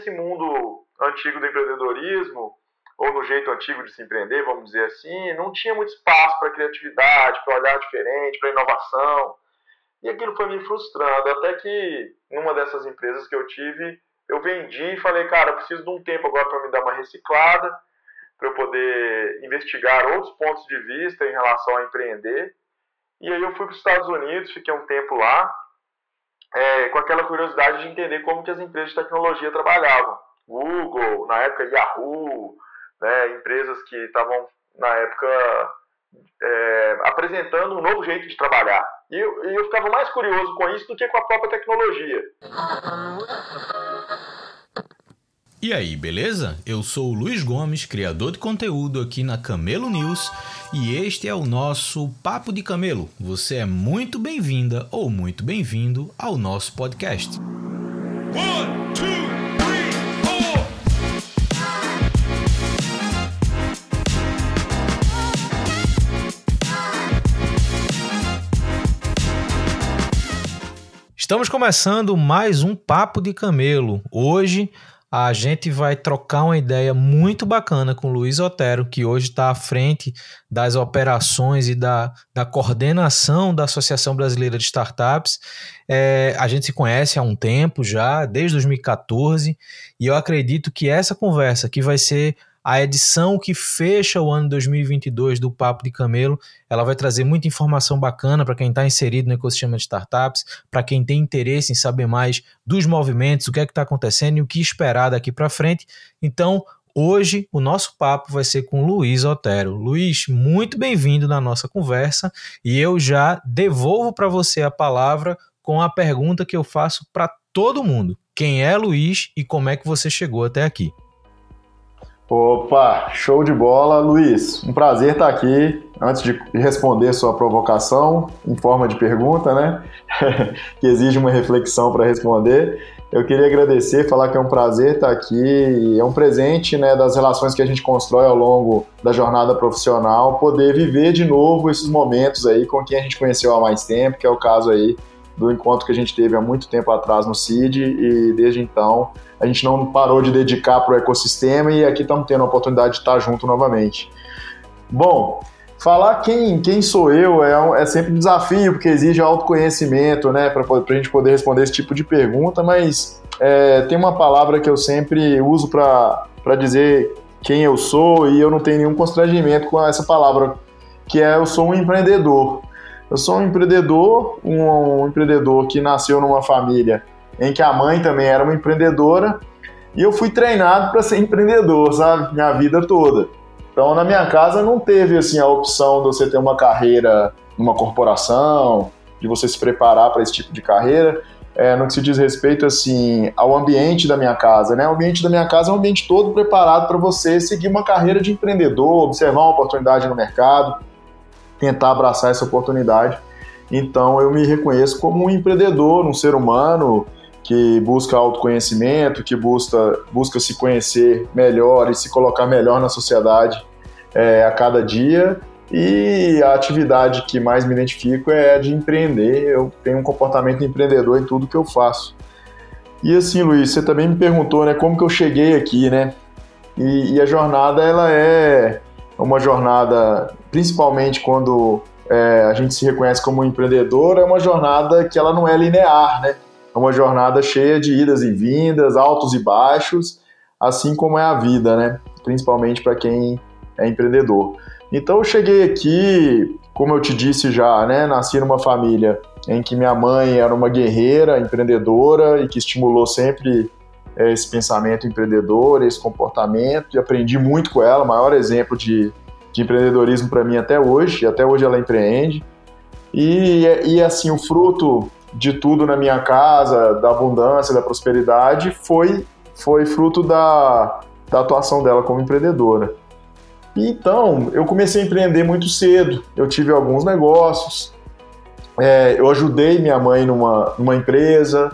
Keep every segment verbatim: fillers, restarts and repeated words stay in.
nesse mundo antigo do empreendedorismo, ou no jeito antigo de se empreender, vamos dizer assim, não tinha muito espaço para criatividade, para olhar diferente, para inovação. E aquilo foi me frustrando, até que numa dessas empresas que eu tive, eu vendi e falei, cara, eu preciso de um tempo agora para me dar uma reciclada, para eu poder investigar outros pontos de vista em relação a empreender. E aí eu fui para os Estados Unidos, fiquei um tempo lá, é, com aquela curiosidade de entender como que as empresas de tecnologia trabalhavam. Google, na época Yahoo, né, empresas que estavam, na época, é, apresentando um novo jeito de trabalhar. E eu, eu ficava mais curioso com isso do que com a própria tecnologia. E aí, beleza? Eu sou o Luiz Gomes, criador de conteúdo aqui na Camelo News, e este é o nosso Papo de Camelo. Você é muito bem-vinda ou muito bem-vindo ao nosso podcast. One, two, three, four. Estamos começando mais um Papo de Camelo. Hoje a gente vai trocar uma ideia muito bacana com o Luiz Otero, que hoje está à frente das operações e da, da coordenação da Associação Brasileira de Startups. É, a gente se conhece há um tempo já, desde dois mil e catorze, e eu acredito que essa conversa, que vai ser a edição que fecha o ano dois mil e vinte e dois do Papo de Camelo, ela vai trazer muita informação bacana para quem está inserido no ecossistema de startups, para quem tem interesse em saber mais dos movimentos, o que é que está acontecendo e o que esperar daqui para frente. Então, hoje, o nosso papo vai ser com o Luiz Otero. Luiz, muito bem-vindo na nossa conversa, e eu já devolvo para você a palavra com a pergunta que eu faço para todo mundo. Quem é Luiz e como é que você chegou até aqui? Opa, show de bola, Luiz. Um prazer estar aqui. Antes de responder sua provocação, em forma de pergunta, né? que exige uma reflexão para responder, eu queria agradecer, falar que é um prazer estar aqui. É um presente, né, das relações que a gente constrói ao longo da jornada profissional, poder viver de novo esses momentos aí com quem a gente conheceu há mais tempo, que é o caso aí do encontro que a gente teve há muito tempo atrás no C I D, e desde então a gente não parou de dedicar para o ecossistema, e aqui estamos tendo a oportunidade de estar junto novamente. Bom, falar quem, quem sou eu é, um, é sempre um desafio, porque exige autoconhecimento, né, para a gente poder responder esse tipo de pergunta, mas é, tem uma palavra que eu sempre uso para dizer quem eu sou, e eu não tenho nenhum constrangimento com essa palavra, que é: eu sou um empreendedor. Eu sou um empreendedor, um, um empreendedor que nasceu numa família em que a mãe também era uma empreendedora, e eu fui treinado para ser empreendedor, sabe? Minha vida toda. Então, na minha casa não teve assim a opção de você ter uma carreira numa corporação, de você se preparar para esse tipo de carreira. É, no que se diz respeito assim ao ambiente da minha casa, né? O ambiente da minha casa é um ambiente todo preparado para você seguir uma carreira de empreendedor, observar uma oportunidade no mercado, tentar abraçar essa oportunidade. Então eu me reconheço como um empreendedor, um ser humano que busca autoconhecimento, que busca, busca se conhecer melhor e se colocar melhor na sociedade é, a cada dia. E a atividade que mais me identifico é a de empreender. Eu tenho um comportamento empreendedor em tudo que eu faço. E assim, Luiz, você também me perguntou, né, como que eu cheguei aqui, né? E, e a jornada, ela é uma jornada, principalmente quando é, a gente se reconhece como empreendedor, é uma jornada que ela não é linear, né? É uma jornada cheia de idas e vindas, altos e baixos, assim como é a vida, né? Principalmente para quem é empreendedor. Então eu cheguei aqui, como eu te disse já, né? Nasci numa família em que minha mãe era uma guerreira, empreendedora, e que estimulou sempre esse pensamento empreendedor, esse comportamento, e aprendi muito com ela, maior exemplo de, de empreendedorismo para mim até hoje, e até hoje ela empreende. E, e assim, o fruto de tudo na minha casa, da abundância, da prosperidade, foi, foi fruto da, da atuação dela como empreendedora. E então, eu comecei a empreender muito cedo, eu tive alguns negócios, é, eu ajudei minha mãe numa, numa empresa,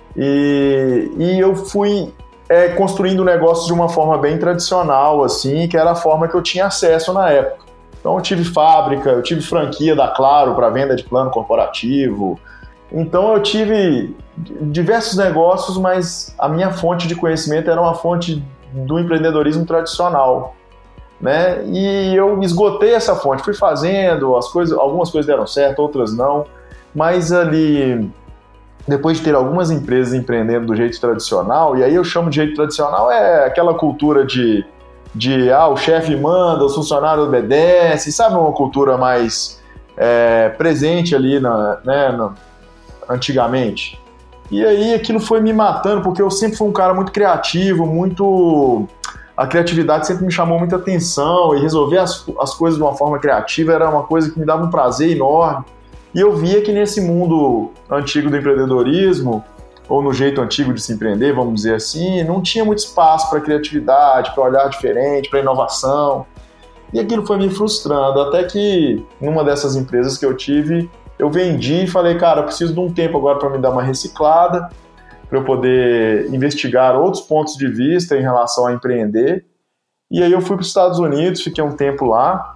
E, e eu fui é, construindo negócios de uma forma bem tradicional, assim, que era a forma que eu tinha acesso na época. Então eu tive fábrica, eu tive franquia da Claro para venda de plano corporativo. Então eu tive diversos negócios, mas a minha fonte de conhecimento era uma fonte do empreendedorismo tradicional, né? E eu esgotei essa fonte, fui fazendo, as coisas, algumas coisas deram certo, outras não, mas ali, depois de ter algumas empresas empreendendo do jeito tradicional, e aí eu chamo de jeito tradicional, é aquela cultura de, de ah, o chefe manda, os funcionários obedecem, sabe, uma cultura mais é, presente ali, na, né, na, antigamente. E aí aquilo foi me matando, porque eu sempre fui um cara muito criativo, muito... A criatividade sempre me chamou muita atenção, e resolver as, as coisas de uma forma criativa era uma coisa que me dava um prazer enorme. E eu via que nesse mundo antigo do empreendedorismo, ou no jeito antigo de se empreender, vamos dizer assim, não tinha muito espaço para criatividade, para olhar diferente, para inovação. E aquilo foi me frustrando, até que numa dessas empresas que eu tive, eu vendi e falei, cara, eu preciso de um tempo agora para me dar uma reciclada, para eu poder investigar outros pontos de vista em relação a empreender. E aí eu fui para os Estados Unidos, fiquei um tempo lá,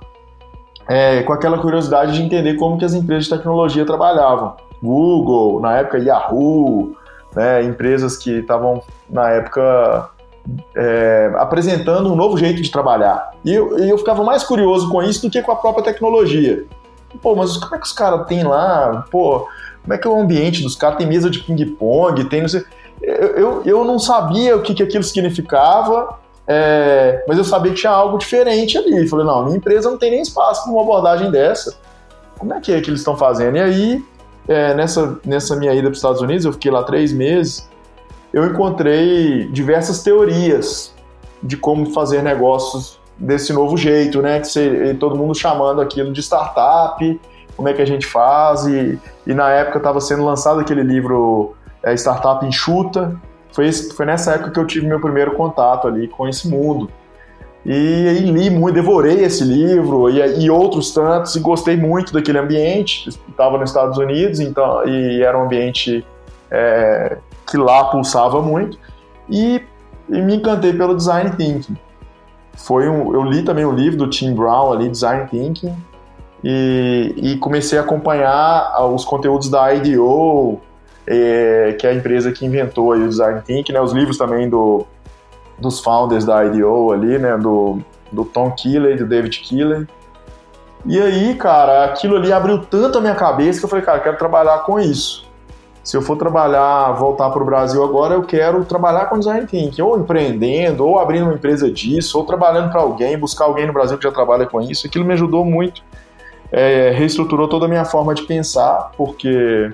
é, com aquela curiosidade de entender como que as empresas de tecnologia trabalhavam. Google, na época Yahoo, né, empresas que estavam, na época, é, apresentando um novo jeito de trabalhar. E eu, eu ficava mais curioso com isso do que com a própria tecnologia. Pô, mas como é que os caras têm lá? Pô, como é que é o ambiente dos caras? Tem mesa de ping-pong, tem não sei... Eu, eu, eu não sabia o que, que aquilo significava, é, mas eu sabia que tinha algo diferente ali. Falei, não, minha empresa não tem nem espaço para uma abordagem dessa. Como é que é que eles estão fazendo? E aí, é, nessa, nessa minha ida para os Estados Unidos, eu fiquei lá três meses, eu encontrei diversas teorias de como fazer negócios desse novo jeito, né? Que você, todo mundo chamando aquilo de startup, como é que a gente faz, e, e na época estava sendo lançado aquele livro é, Startup Enxuta. Foi, esse, foi nessa época que eu tive meu primeiro contato ali com esse mundo. E aí li muito, devorei esse livro e, e outros tantos, e gostei muito daquele ambiente. Estava nos Estados Unidos, então, e era um ambiente é, que lá pulsava muito, e, e me encantei pelo Design Thinking. Foi um, eu li também o livro do Tim Brown, ali, Design Thinking, e, e comecei a acompanhar os conteúdos da I D O, é, que é a empresa que inventou aí o Design Thinking, né, os livros também do, dos founders da I D O ali, né, do, do Tom Keeley e do David Keeley. E aí, cara, aquilo ali abriu tanto a minha cabeça que eu falei, cara, eu quero trabalhar com isso. Se eu for trabalhar, voltar para o Brasil agora, eu quero trabalhar com Design Thinking, ou empreendendo, ou abrindo uma empresa disso, ou trabalhando para alguém, buscar alguém no Brasil que já trabalha com isso. Aquilo me ajudou muito, é, reestruturou toda a minha forma de pensar, porque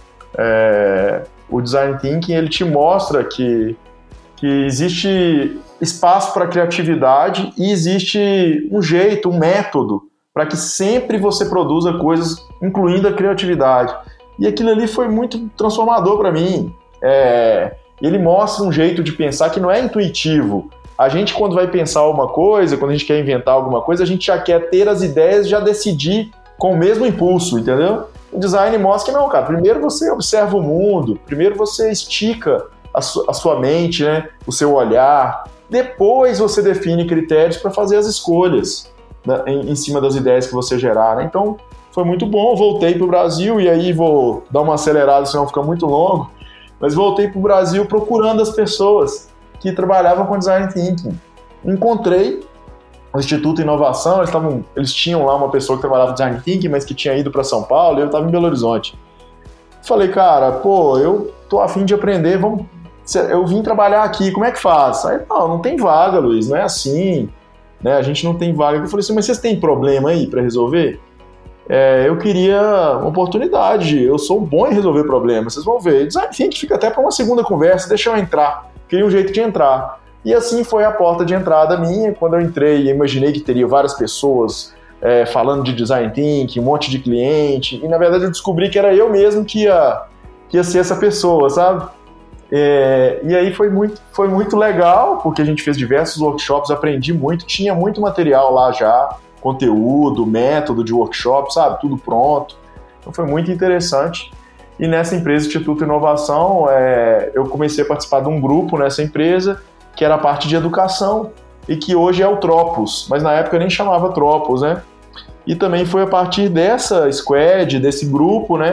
é, o Design Thinking ele te mostra que, que existe espaço para criatividade e existe um jeito, um método, para que sempre você produza coisas, incluindo a criatividade. E aquilo ali foi muito transformador para mim. É, ele mostra um jeito de pensar que não é intuitivo. A gente, quando vai pensar alguma coisa, quando a gente quer inventar alguma coisa, a gente já quer ter as ideias e já decidir com o mesmo impulso, entendeu? O design mostra que não, cara. Primeiro você observa o mundo, primeiro você estica a, su- a sua mente, né? O seu olhar. Depois você define critérios para fazer as escolhas, né? em, em cima das ideias que você gerar, né? Então, foi muito bom. Voltei para o Brasil, e aí vou dar uma acelerada, senão fica muito longo, mas voltei para o Brasil procurando as pessoas que trabalhavam com Design Thinking. Encontrei o Instituto Inovação, eles, tavam, eles tinham lá uma pessoa que trabalhava com Design Thinking, mas que tinha ido para São Paulo, e eu estava em Belo Horizonte. Falei, cara, pô, eu tô a fim de aprender, vamos... eu vim trabalhar aqui, como é que faz? Aí, não, não tem vaga, Luiz, não é assim, né? A gente não tem vaga. Eu falei assim, mas vocês têm problema aí para resolver? É, eu queria uma oportunidade, eu sou bom em resolver problemas, vocês vão ver. Design Thinking fica até para uma segunda conversa, deixa eu entrar, queria um jeito de entrar. E assim foi a porta de entrada minha. Quando eu entrei, eu imaginei que teria várias pessoas é, falando de Design Thinking, um monte de cliente, e na verdade eu descobri que era eu mesmo que ia, que ia ser essa pessoa, sabe? É, e aí foi muito, foi muito legal, porque a gente fez diversos workshops, aprendi muito, tinha muito material lá já, conteúdo, método de workshop, sabe? Tudo pronto. Então foi muito interessante. E nessa empresa, Instituto Inovação, é, eu comecei a participar de um grupo nessa empresa, que era a parte de educação, e que hoje é o Tropos, mas na época eu nem chamava Tropos, né? E também foi a partir dessa squad, desse grupo, né,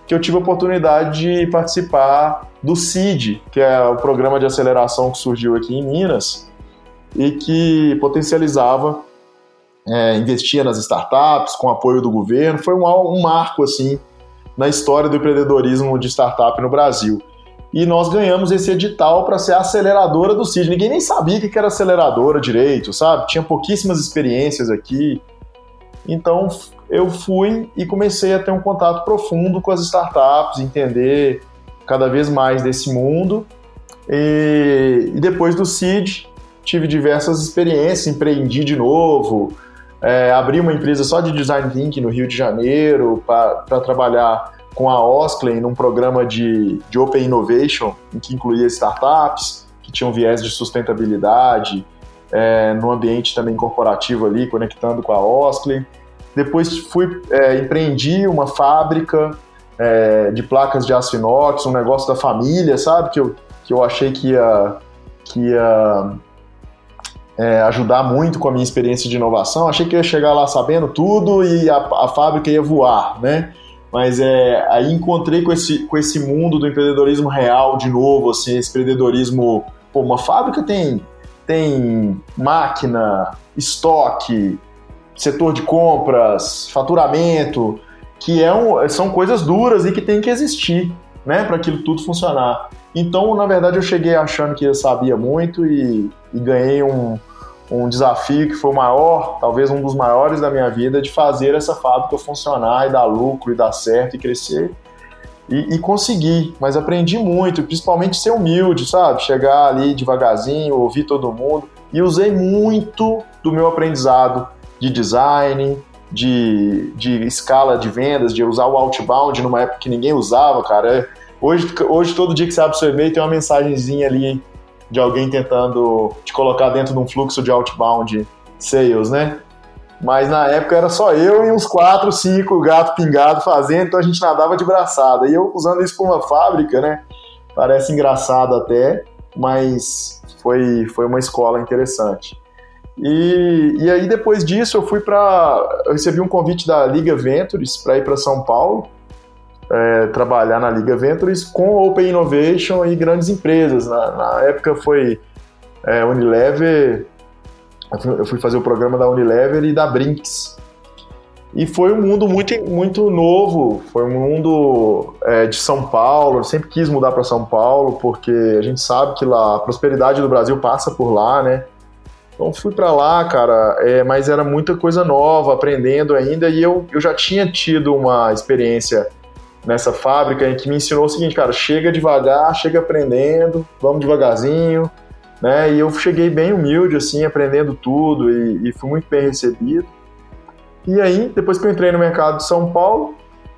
que eu tive a oportunidade de participar do C I D, que é o programa de aceleração que surgiu aqui em Minas e que potencializava, é, investia nas startups com apoio do governo. Foi um, um marco assim, na história do empreendedorismo de startup no Brasil. E nós ganhamos esse edital para ser a aceleradora do C I D. Ninguém nem sabia o que era aceleradora direito, sabe? Tinha pouquíssimas experiências aqui. Então, eu fui e comecei a ter um contato profundo com as startups, entender cada vez mais desse mundo. E, e depois do C I D, tive diversas experiências, empreendi de novo, é, abri uma empresa só de Design Thinking no Rio de Janeiro para trabalhar com a Osklen num programa de, de Open Innovation, em que incluía startups que tinham viés de sustentabilidade, é, no ambiente também corporativo ali, conectando com a Osklen. Depois fui, é, empreendi uma fábrica é, de placas de aço inox, um negócio da família, sabe? Que eu, que eu achei que ia, que ia é, ajudar muito com a minha experiência de inovação. Achei que eu ia chegar lá sabendo tudo e a, a fábrica ia voar, né? Mas é, aí encontrei com esse, com esse mundo do empreendedorismo real de novo, assim, esse empreendedorismo... Pô, uma fábrica tem, tem máquina, estoque, setor de compras, faturamento, que é um, são coisas duras e que tem que existir, né, para aquilo tudo funcionar. Então, na verdade, eu cheguei achando que eu sabia muito e, e ganhei um, um desafio que foi o maior, talvez um dos maiores da minha vida, de fazer essa fábrica funcionar e dar lucro e dar certo e crescer. E, e consegui, mas aprendi muito, principalmente ser humilde, sabe? Chegar ali devagarzinho, ouvir todo mundo. E usei muito do meu aprendizado de design, de, de escala de vendas, de usar o outbound numa época que ninguém usava, cara. Hoje, hoje todo dia que você abre o seu e-mail tem uma mensagenzinha ali de alguém tentando te colocar dentro de um fluxo de outbound sales, né? Mas na época era só eu e uns quatro, cinco gatos pingados fazendo, então a gente nadava de braçada. E eu usando isso para uma fábrica, né? Parece engraçado até, mas foi, foi uma escola interessante. E, e aí depois disso eu fui para... Eu recebi um convite da Liga Ventures para ir para São Paulo, é, trabalhar na Liga Ventures com Open Innovation e grandes empresas. Na, na época foi é, Unilever, eu fui fazer o programa da Unilever e da Brinks. E foi um mundo muito, muito novo, foi um mundo é, de São Paulo. Eu sempre quis mudar para São Paulo, porque a gente sabe que lá, a prosperidade do Brasil passa por lá, né? Então fui para lá, cara, é, mas era muita coisa nova, aprendendo ainda, e eu, eu já tinha tido uma experiência nessa fábrica em que me ensinou o seguinte, cara, chega devagar, chega aprendendo, vamos devagarzinho, né? E eu cheguei bem humilde, assim, aprendendo tudo e, e fui muito bem recebido. E aí, depois que eu entrei no mercado de São Paulo,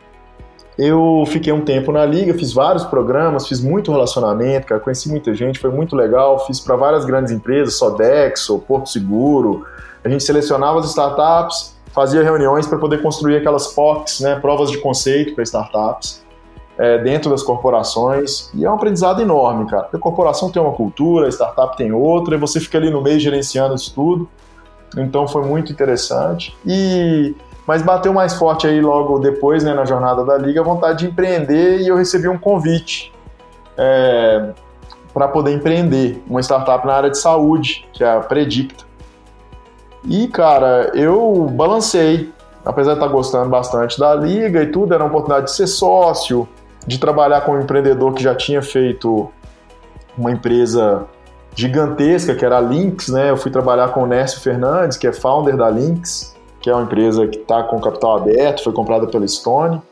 eu fiquei um tempo na Liga, fiz vários programas, fiz muito relacionamento, cara, conheci muita gente, foi muito legal, fiz para várias grandes empresas, Sodexo, Porto Seguro. A gente selecionava as startups, fazia reuniões para poder construir aquelas P O Cs, né, provas de conceito para startups, é, dentro das corporações. E é um aprendizado enorme, cara, porque a corporação tem uma cultura, a startup tem outra, e você fica ali no meio gerenciando isso tudo. Então foi muito interessante. E... Mas bateu mais forte aí logo depois, né, na jornada da Liga, a vontade de empreender, e eu recebi um convite é, para poder empreender uma startup na área de saúde, que é a Predicta. E, cara, eu balancei, apesar de estar gostando bastante da Liga e tudo, era uma oportunidade de ser sócio, de trabalhar com um empreendedor que já tinha feito uma empresa gigantesca, que era a Lynx, né? Eu fui trabalhar com o Nércio Fernandes, que é founder da Lynx, que é uma empresa que está com capital aberto, foi comprada pela Stone.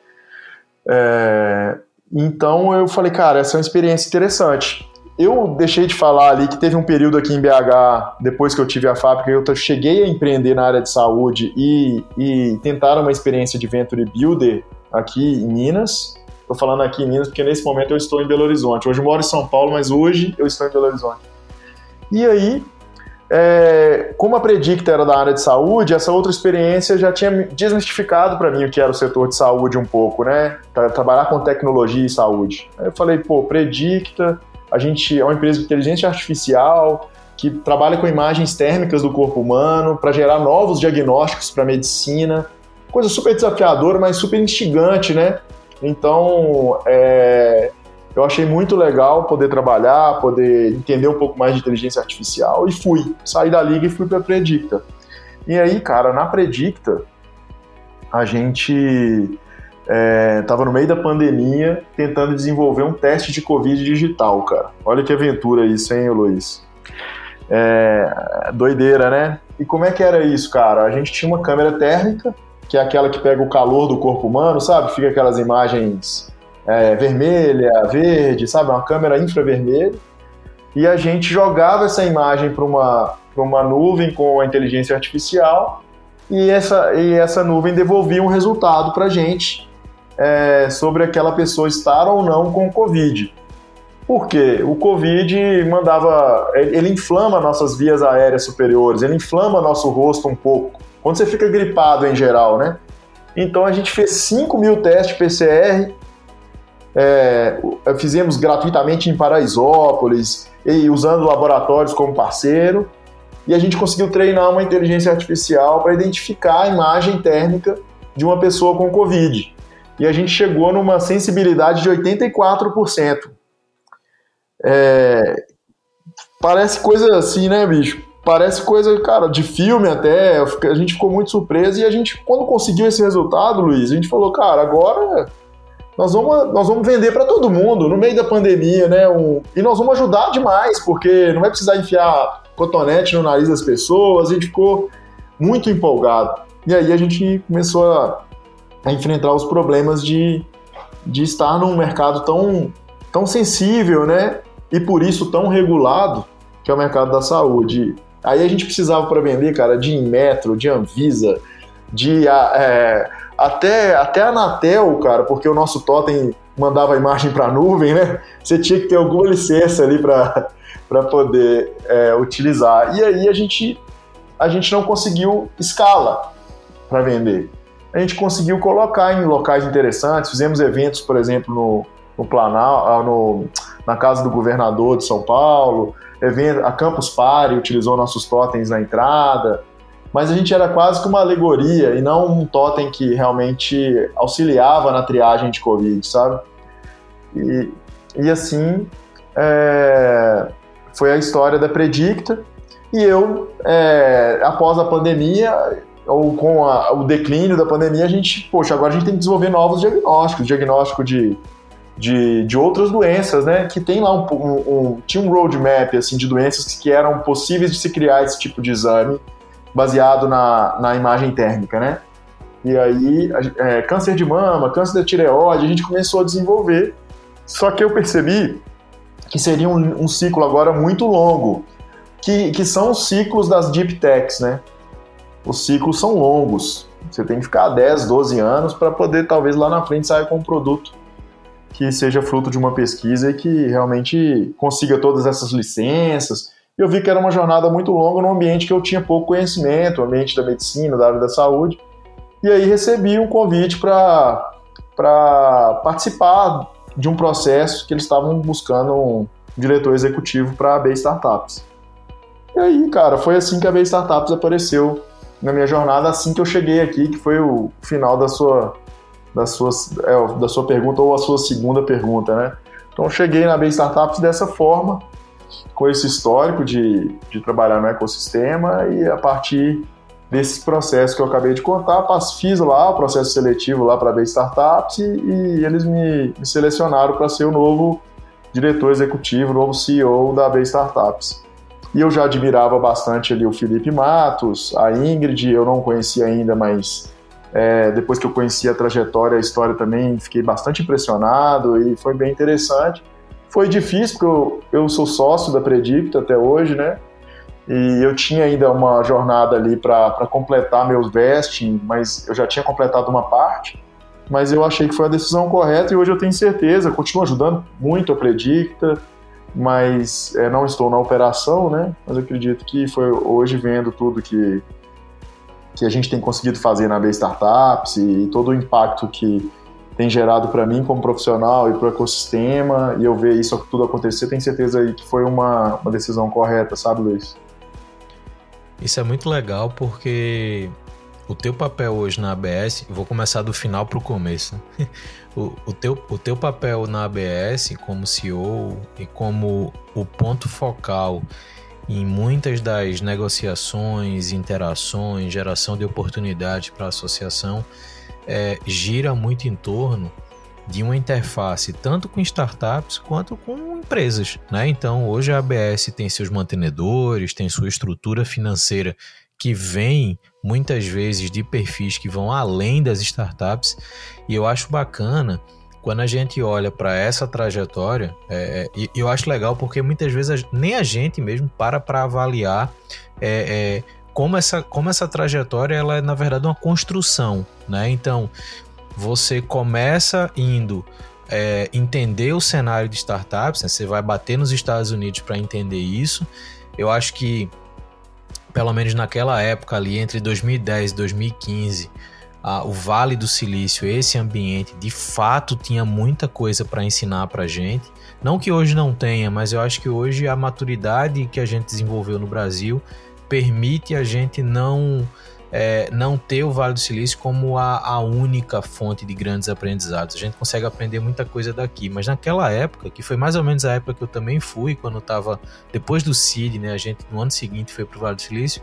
É, então eu falei, cara, essa é uma experiência interessante. Eu deixei de falar ali que teve um período aqui em B H, depois que eu tive a fábrica, eu cheguei a empreender na área de saúde e, e tentar uma experiência de Venture Builder aqui em Minas. Estou falando aqui em Minas porque nesse momento eu estou em Belo Horizonte. Hoje eu moro em São Paulo, mas hoje eu estou em Belo Horizonte. E aí... É, como a Predicta era da área de saúde, essa outra experiência já tinha desmistificado para mim o que era o setor de saúde um pouco, né? Tra- trabalhar com tecnologia e saúde. Aí eu falei, pô, Predicta, a gente é uma empresa de inteligência artificial que trabalha com imagens térmicas do corpo humano para gerar novos diagnósticos para medicina. Coisa super desafiadora, mas super instigante, né? Então, é, eu achei muito legal poder trabalhar, poder entender um pouco mais de inteligência artificial e fui. Saí da Liga e fui para a Predicta. E aí, cara, na Predicta, a gente estava é, no meio da pandemia tentando desenvolver um teste de Covid digital, cara. Olha que aventura isso, hein, Luiz? É, doideira, né? E como é que era isso, cara? A gente tinha uma câmera térmica, que é aquela que pega o calor do corpo humano, sabe? Fica aquelas imagens é, vermelha, verde, sabe? Uma câmera infravermelha. E a gente jogava essa imagem para uma, para uma nuvem com a inteligência artificial e essa, e essa nuvem devolvia um resultado para a gente é, sobre aquela pessoa estar ou não com Covid. Por quê? O Covid mandava... Ele inflama nossas vias aéreas superiores, ele inflama nosso rosto um pouco. Quando você fica gripado em geral, né? Então a gente fez cinco mil testes P C R, é, fizemos gratuitamente em Paraisópolis, e usando laboratórios como parceiro, e a gente conseguiu treinar uma inteligência artificial para identificar a imagem térmica de uma pessoa com Covid. E a gente chegou numa sensibilidade de oitenta e quatro por cento. É, parece coisa assim, né, bicho? Parece coisa, cara, de filme até. A gente ficou muito surpreso e a gente, quando conseguiu esse resultado, Luiz, a gente falou, cara, agora nós vamos, nós vamos vender para todo mundo no meio da pandemia, né? Um, e nós vamos ajudar demais, porque não vai precisar enfiar cotonete no nariz das pessoas. A gente ficou muito empolgado. E aí a gente começou a, a enfrentar os problemas de, de estar num mercado tão, tão sensível, né? E por isso tão regulado, que é o mercado da saúde. Aí a gente precisava para vender, cara, de Inmetro, de Anvisa, de é, até, até a Anatel, cara, porque o nosso totem mandava a imagem para a nuvem, né? Você tinha que ter alguma licença ali para poder é, utilizar. E aí a gente, a gente não conseguiu escala para vender. A gente conseguiu colocar em locais interessantes, fizemos eventos, por exemplo, no, no Planalto, no, na casa do governador de São Paulo, evento, a Campus Party utilizou nossos totens na entrada, mas a gente era quase que uma alegoria e não um totem que realmente auxiliava na triagem de Covid, sabe? E, e assim, é, foi a história da Predicta, e eu, é, após a pandemia, ou com a, o declínio da pandemia, a gente, poxa, agora a gente tem que desenvolver novos diagnósticos, diagnóstico de De, de outras doenças, né, que tem lá um, um, um, tinha um roadmap, assim, de doenças que eram possíveis de se criar esse tipo de exame baseado na, na imagem térmica, né, e aí é, câncer de mama, câncer da tireoide, a gente começou a desenvolver, só que eu percebi que seria um, um ciclo agora muito longo, que, que são os ciclos das deep techs, né, os ciclos são longos, você tem que ficar dez, doze anos para poder talvez lá na frente sair com um produto que seja fruto de uma pesquisa e que realmente consiga todas essas licenças. Eu vi que era uma jornada muito longa num ambiente que eu tinha pouco conhecimento, o ambiente da medicina, da área da saúde, e aí recebi um convite para participar de um processo que eles estavam buscando um diretor executivo para a B Startups. E aí, cara, foi assim que a B Startups apareceu na minha jornada, assim que eu cheguei aqui, que foi o final da sua... Da sua, é, da sua pergunta ou a sua segunda pergunta, né? Então eu cheguei na B Startups dessa forma, com esse histórico de, de trabalhar no ecossistema, e a partir desse processo que eu acabei de contar, fiz lá o processo seletivo lá para a B Startups e, e eles me, me selecionaram para ser o novo diretor executivo, o novo C E O da B Startups. E eu já admirava bastante ali o Felipe Matos, a Ingrid, eu não conhecia ainda, mas... É, depois que eu conheci a trajetória, a história também, fiquei bastante impressionado e foi bem interessante. Foi difícil, porque eu, eu sou sócio da Predicta até hoje, né? E eu tinha ainda uma jornada ali para completar meus vesting, mas eu já tinha completado uma parte. Mas eu achei que foi a decisão correta e hoje eu tenho certeza, continuo ajudando muito a Predicta, mas é, não estou na operação, né? Mas eu acredito que foi hoje, vendo tudo que que a gente tem conseguido fazer na B Startups e todo o impacto que tem gerado para mim como profissional e para o ecossistema, e eu ver isso tudo acontecer, tenho certeza aí que foi uma, uma decisão correta, sabe, Luiz? Isso é muito legal porque o teu papel hoje na A B S, vou começar do final para o começo. O, o, teu, o teu papel na A B S como C E O e como o ponto focal em muitas das negociações, interações, geração de oportunidades para a associação, é, gira muito em torno de uma interface tanto com startups quanto com empresas, né? Então, hoje a A B S tem seus mantenedores, tem sua estrutura financeira que vem muitas vezes de perfis que vão além das startups, e eu acho bacana quando a gente olha para essa trajetória, é, e eu acho legal porque muitas vezes nem a gente mesmo para para avaliar é, é, como, essa, como essa trajetória ela é na verdade uma construção, né? Então, você começa indo é, entender o cenário de startups, né? Você vai bater nos Estados Unidos para entender isso. Eu acho que, pelo menos naquela época ali, entre dois mil e dez e dois mil e quinze, ah, o Vale do Silício, esse ambiente, de fato tinha muita coisa para ensinar para a gente. Não que hoje não tenha, mas eu acho que hoje a maturidade que a gente desenvolveu no Brasil permite a gente não... É, não ter o Vale do Silício como a, a única fonte de grandes aprendizados. A gente consegue aprender muita coisa daqui, mas naquela época, que foi mais ou menos a época que eu também fui, quando eu estava depois do Seed, né, a gente no ano seguinte foi para o Vale do Silício,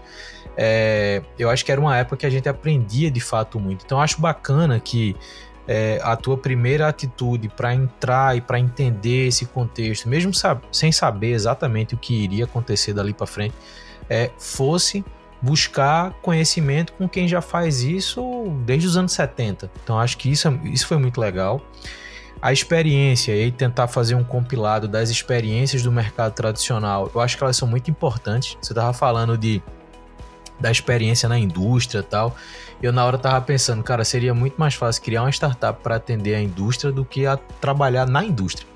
é, eu acho que era uma época que a gente aprendia de fato muito. Então eu acho bacana que é, a tua primeira atitude para entrar e para entender esse contexto, mesmo sab- sem saber exatamente o que iria acontecer dali para frente, é, fosse buscar conhecimento com quem já faz isso desde os anos setenta. Então acho que isso, isso foi muito legal. A experiência e tentar fazer um compilado das experiências do mercado tradicional, eu acho que elas são muito importantes. Você estava falando de, da experiência na indústria e tal. Eu na hora estava pensando, cara, seria muito mais fácil criar uma startup para atender a indústria do que a trabalhar na indústria.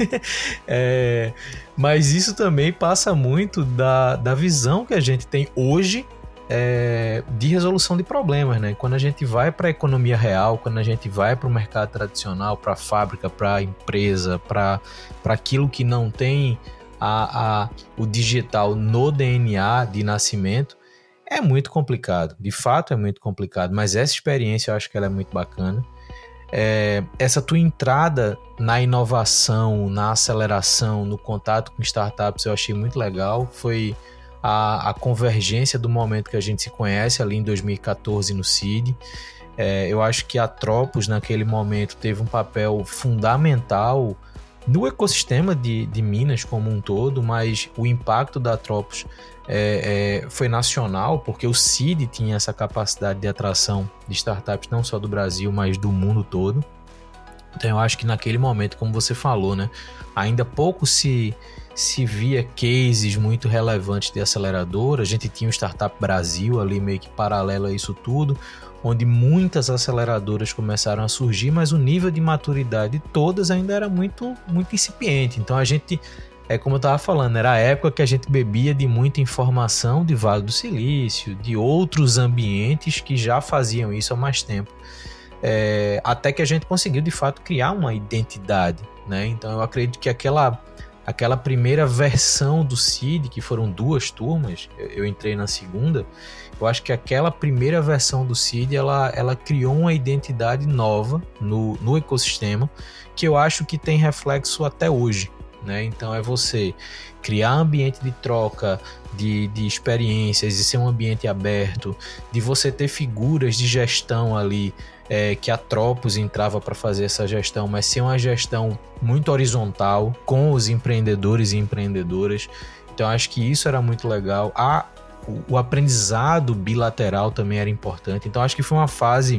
é, mas isso também passa muito da, da visão que a gente tem hoje É, de resolução de problemas, né? Quando a gente vai para a economia real, quando a gente vai para o mercado tradicional, para a fábrica, para a empresa, para aquilo que não tem a, a, o digital no D N A de nascimento, é muito complicado. De fato é muito complicado, mas essa experiência eu acho que ela é muito bacana. É, essa tua entrada na inovação, na aceleração, no contato com startups eu achei muito legal. Foi A, a convergência do momento que a gente se conhece ali em dois mil e catorze no Seed. É, eu acho que a Tropos naquele momento teve um papel fundamental no ecossistema de, de Minas como um todo, mas o impacto da Tropos é, é, foi nacional, porque o Seed tinha essa capacidade de atração de startups não só do Brasil, mas do mundo todo. Então eu acho que naquele momento, como você falou, né, ainda pouco se... se via cases muito relevantes de aceleradora. A gente tinha o Startup Brasil ali meio que paralelo a isso tudo, onde muitas aceleradoras começaram a surgir, mas o nível de maturidade de todas ainda era muito, muito incipiente. Então a gente, é como eu estava falando, era a época que a gente bebia de muita informação de Vale do Silício, de outros ambientes que já faziam isso há mais tempo. É, até que a gente conseguiu de fato criar uma identidade, né? Então eu acredito que aquela Aquela primeira versão do Seed, que foram duas turmas, eu, eu entrei na segunda, eu acho que aquela primeira versão do Seed, ela, ela criou uma identidade nova no, no ecossistema, que eu acho que tem reflexo até hoje, né? Então é você criar ambiente de troca, de, de experiências, de ser um ambiente aberto, de você ter figuras de gestão ali, É, que a Tropos entrava para fazer essa gestão, mas ser uma gestão muito horizontal com os empreendedores e empreendedoras. Então acho que isso era muito legal. Ah, o, o aprendizado bilateral também era importante. Então acho que foi uma fase,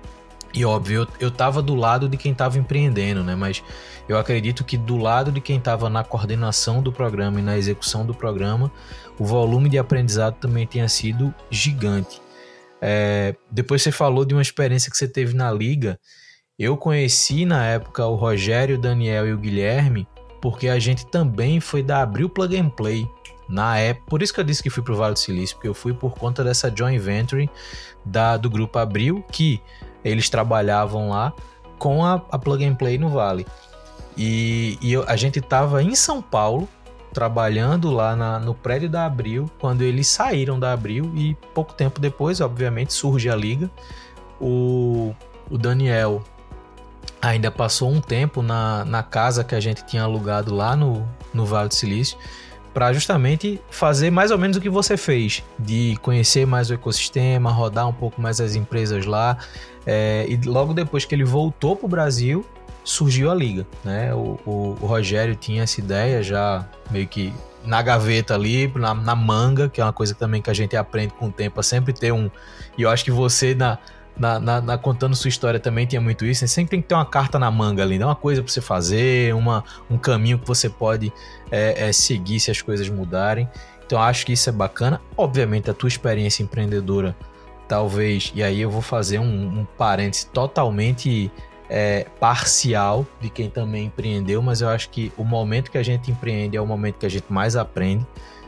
e óbvio, eu estava do lado de quem estava empreendendo, né? Mas eu acredito que do lado de quem estava na coordenação do programa e na execução do programa, o volume de aprendizado também tenha sido gigante. É, depois você falou de uma experiência que você teve na Liga. Eu conheci na época o Rogério, o Daniel e o Guilherme, porque a gente também foi da Abril Plug and Play na época. Por isso que eu disse que fui para o Vale do Silício, porque eu fui por conta dessa joint venture da, do grupo Abril, que eles trabalhavam lá com a, a Plug and Play no Vale. E, e eu, a gente estava em São Paulo trabalhando lá na, no prédio da Abril, quando eles saíram da Abril, e pouco tempo depois, obviamente, surge a Liga. O, o Daniel ainda passou um tempo na, na casa que a gente tinha alugado lá no, no Vale do Silício, para justamente fazer mais ou menos o que você fez, de conhecer mais o ecossistema, rodar um pouco mais as empresas lá, é, e logo depois que ele voltou para o Brasil, surgiu a Liga, né? O, o, o Rogério tinha essa ideia já meio que na gaveta ali, na, na manga, que é uma coisa também que a gente aprende com o tempo, a sempre ter um... E eu acho que você, na, na, na, na contando sua história, também tinha muito isso, né? Sempre tem que ter uma carta na manga ali, né? Uma coisa para você fazer, uma, um caminho que você pode é, é, seguir se as coisas mudarem. Então, acho que isso é bacana. Obviamente, a tua experiência empreendedora, talvez, e aí eu vou fazer um, um parêntese totalmente... É, parcial de quem também empreendeu, mas eu acho que o momento que a gente empreende é o momento que a gente mais aprende,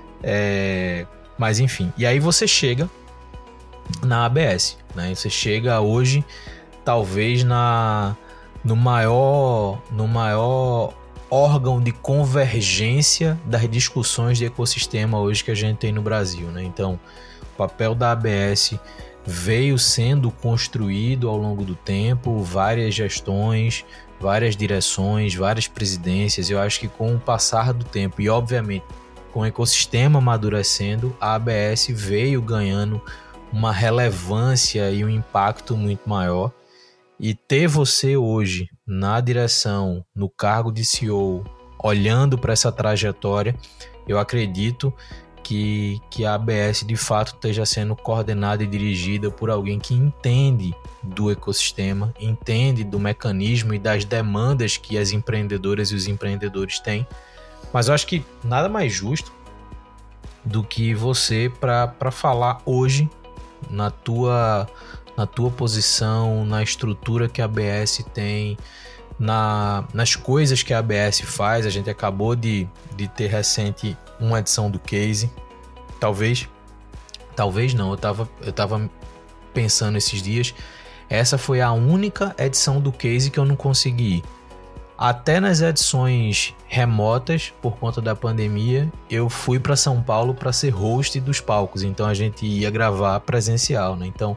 é, mas enfim, e aí você chega na A B S, né? Você chega hoje talvez na, no maior no maior órgão de convergência das discussões de ecossistema hoje que a gente tem no Brasil, né? Então, o papel da A B S veio sendo construído ao longo do tempo, várias gestões, várias direções, várias presidências. Eu acho que com o passar do tempo e, obviamente, com o ecossistema amadurecendo, a A B S veio ganhando uma relevância e um impacto muito maior. E ter você hoje na direção, no cargo de C E O, olhando para essa trajetória, eu acredito Que, que a A B S de fato esteja sendo coordenada e dirigida por alguém que entende do ecossistema, entende do mecanismo e das demandas que as empreendedoras e os empreendedores têm. Mas eu acho que nada mais justo do que você para falar hoje na tua, na tua posição, na estrutura que a A B S tem, na, nas coisas que a A B S faz. A gente acabou de, de ter recente uma edição do Case, talvez, talvez não, eu tava, eu tava pensando esses dias, essa foi a única edição do Case que eu não consegui ir. Até nas edições remotas, por conta da pandemia, eu fui para São Paulo para ser host dos palcos, então a gente ia gravar presencial, né? Então,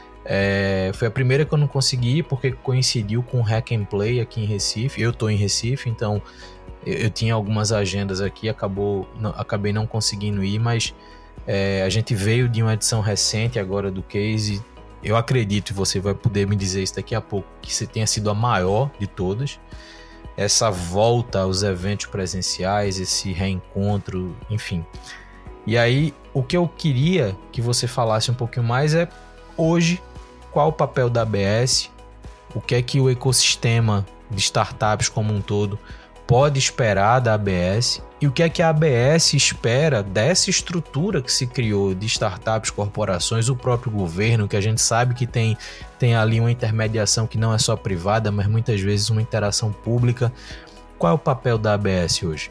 é, foi a primeira que eu não consegui ir, porque coincidiu com o Hack and Play aqui em Recife. Eu tô em Recife, então eu, eu tinha algumas agendas aqui, acabou, não, acabei não conseguindo ir, mas é, a gente veio de uma edição recente agora do Case. Eu acredito, e você vai poder me dizer isso daqui a pouco, que você tenha sido a maior de todas. Essa volta aos eventos presenciais, esse reencontro, enfim. E aí, o que eu queria que você falasse um pouquinho mais é, hoje, qual o papel da A B S, o que é que o ecossistema de startups como um todo pode esperar da A B S e o que é que a A B S espera dessa estrutura que se criou de startups, corporações, o próprio governo, que a gente sabe que tem, tem ali uma intermediação que não é só privada, mas muitas vezes uma interação pública. Qual é o papel da A B S hoje?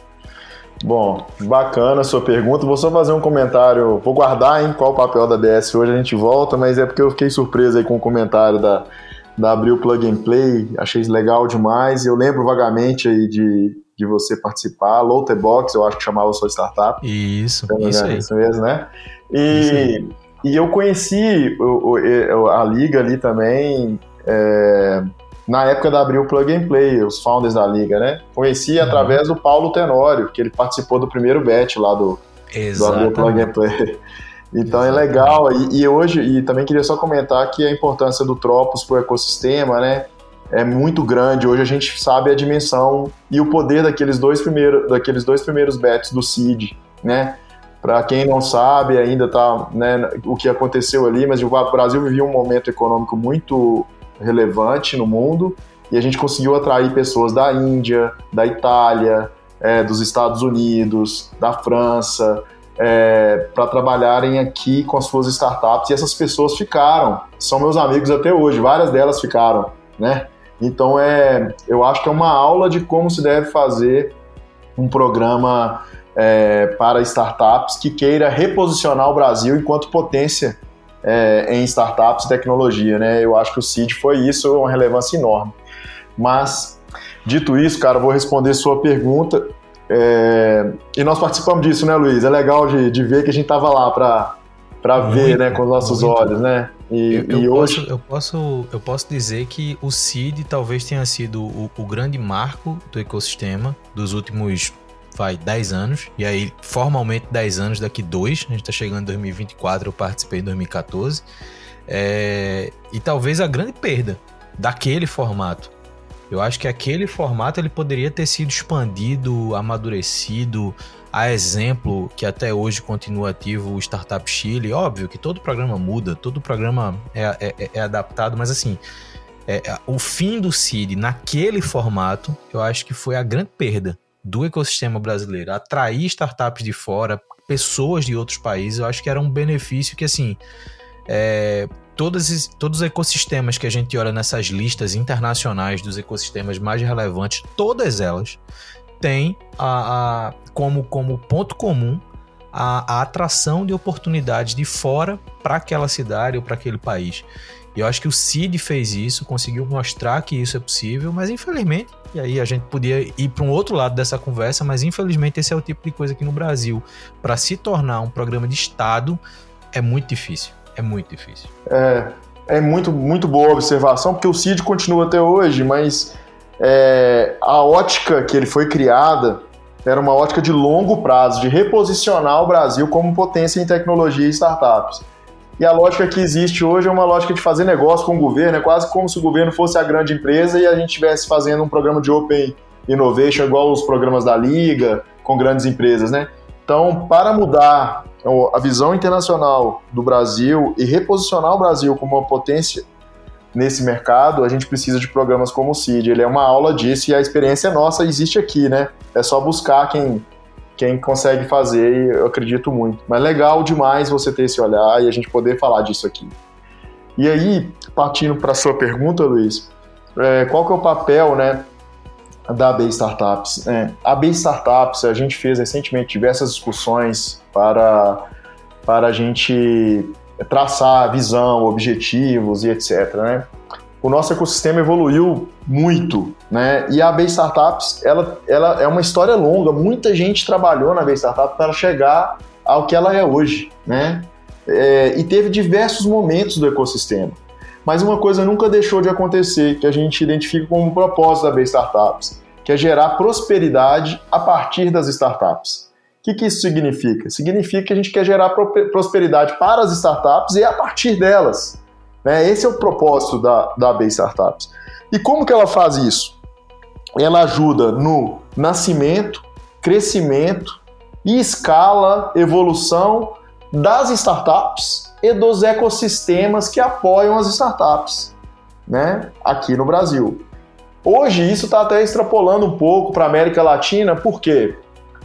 Bom, bacana a sua pergunta. Vou só fazer um comentário, vou guardar em qual o papel da A B S hoje, a gente volta, mas é porque eu fiquei surpreso aí com o comentário da, da Abril Plug and Play, achei legal demais. Eu lembro vagamente aí de, de você participar, Lootebox, eu acho que chamava a sua startup. Isso, então, isso né? aí. Isso mesmo, né? E, isso aí. E eu conheci o, o, a Liga ali também, é, na época da Abril Plug and Play, os founders da Liga, né? Conheci uhum. através do Paulo Tenório, que ele participou do primeiro batch lá do, do Abril Plug and Play. Então Exatamente. É legal. E, e hoje, e também queria só comentar que a importância do Tropos para o ecossistema, né? É muito grande. Hoje a gente sabe a dimensão e o poder daqueles dois primeiros, daqueles dois primeiros batches do Seed, né? Para quem não sabe, ainda tá, né, o que aconteceu ali, mas o Brasil vivia um momento econômico muito relevante no mundo e a gente conseguiu atrair pessoas da Índia, da Itália, é, dos Estados Unidos, da França, é, para trabalharem aqui com as suas startups, e essas pessoas ficaram, são meus amigos até hoje, várias delas ficaram, né? Então é, eu acho que é uma aula de como se deve fazer um programa é, para startups que queira reposicionar o Brasil enquanto potência É, em startups e tecnologia, né? Eu acho que o Seed foi isso, uma relevância enorme. Mas, dito isso, cara, vou responder sua pergunta. É, e nós participamos disso, né, Luiz? É legal de, de ver que a gente estava lá para ver, né, com os nossos muito. olhos, né? E, eu, eu e posso, hoje... eu, posso, eu posso dizer que o C I D talvez tenha sido o, o grande marco do ecossistema dos últimos, vai, dez anos. E aí, formalmente, dez anos, daqui dois. A gente está chegando em dois mil e vinte e quatro, eu participei em dois mil e quatorze. É, e talvez a grande perda daquele formato. Eu acho que aquele formato ele poderia ter sido expandido, amadurecido, a exemplo que até hoje continua ativo o Startup Chile. Óbvio que todo programa muda, todo programa é, é, é adaptado, mas assim, é, o fim do C I D naquele formato, eu acho que foi a grande perda do ecossistema brasileiro. Atrair startups de fora, pessoas de outros países, eu acho que era um benefício que assim... É, todos, todos os ecossistemas que a gente olha nessas listas internacionais dos ecossistemas mais relevantes, todas elas têm a, a, como, como ponto comum a, a atração de oportunidades de fora para aquela cidade ou para aquele país. E eu acho que o C I D fez isso, conseguiu mostrar que isso é possível, mas infelizmente, e aí a gente podia ir para um outro lado dessa conversa, mas infelizmente esse é o tipo de coisa que no Brasil, para se tornar um programa de Estado, é muito difícil. É muito difícil. É, é muito, muito boa a observação, porque o C I D continua até hoje, mas é, a ótica que ele foi criada era uma ótica de longo prazo, de reposicionar o Brasil como potência em tecnologia e startups. E a lógica que existe hoje é uma lógica de fazer negócio com o governo, é quase como se o governo fosse a grande empresa e a gente estivesse fazendo um programa de Open Innovation, igual os programas da Liga, com grandes empresas, né? Então, para mudar a visão internacional do Brasil e reposicionar o Brasil como uma potência nesse mercado, a gente precisa de programas como o C I D. Ele é uma aula disso e a experiência nossa existe aqui, né? É só buscar quem, quem consegue fazer e eu acredito muito. Mas legal demais você ter esse olhar e a gente poder falar disso aqui. E aí, partindo para a sua pergunta, Luiz, é, qual que é o papel, né, da A B Startups? É, a A B Startups, a gente fez recentemente diversas discussões para, para a gente traçar visão, objetivos e etcétera, né? O nosso ecossistema evoluiu muito, né? E a A B Startups, ela, ela é uma história longa, muita gente trabalhou na A B Startups para chegar ao que ela é hoje, né? É, e teve diversos momentos do ecossistema. Mas uma coisa nunca deixou de acontecer, que a gente identifica como um propósito da A B Startups, que é gerar prosperidade a partir das startups. O que, que isso significa? Significa que a gente quer gerar prosperidade para as startups e a partir delas. Né? Esse é o propósito da, da A B Startups. E como que ela faz isso? Ela ajuda no nascimento, crescimento e escala, evolução das startups e dos ecossistemas que apoiam as startups, né, aqui no Brasil. Hoje isso está até extrapolando um pouco para a América Latina, por quê?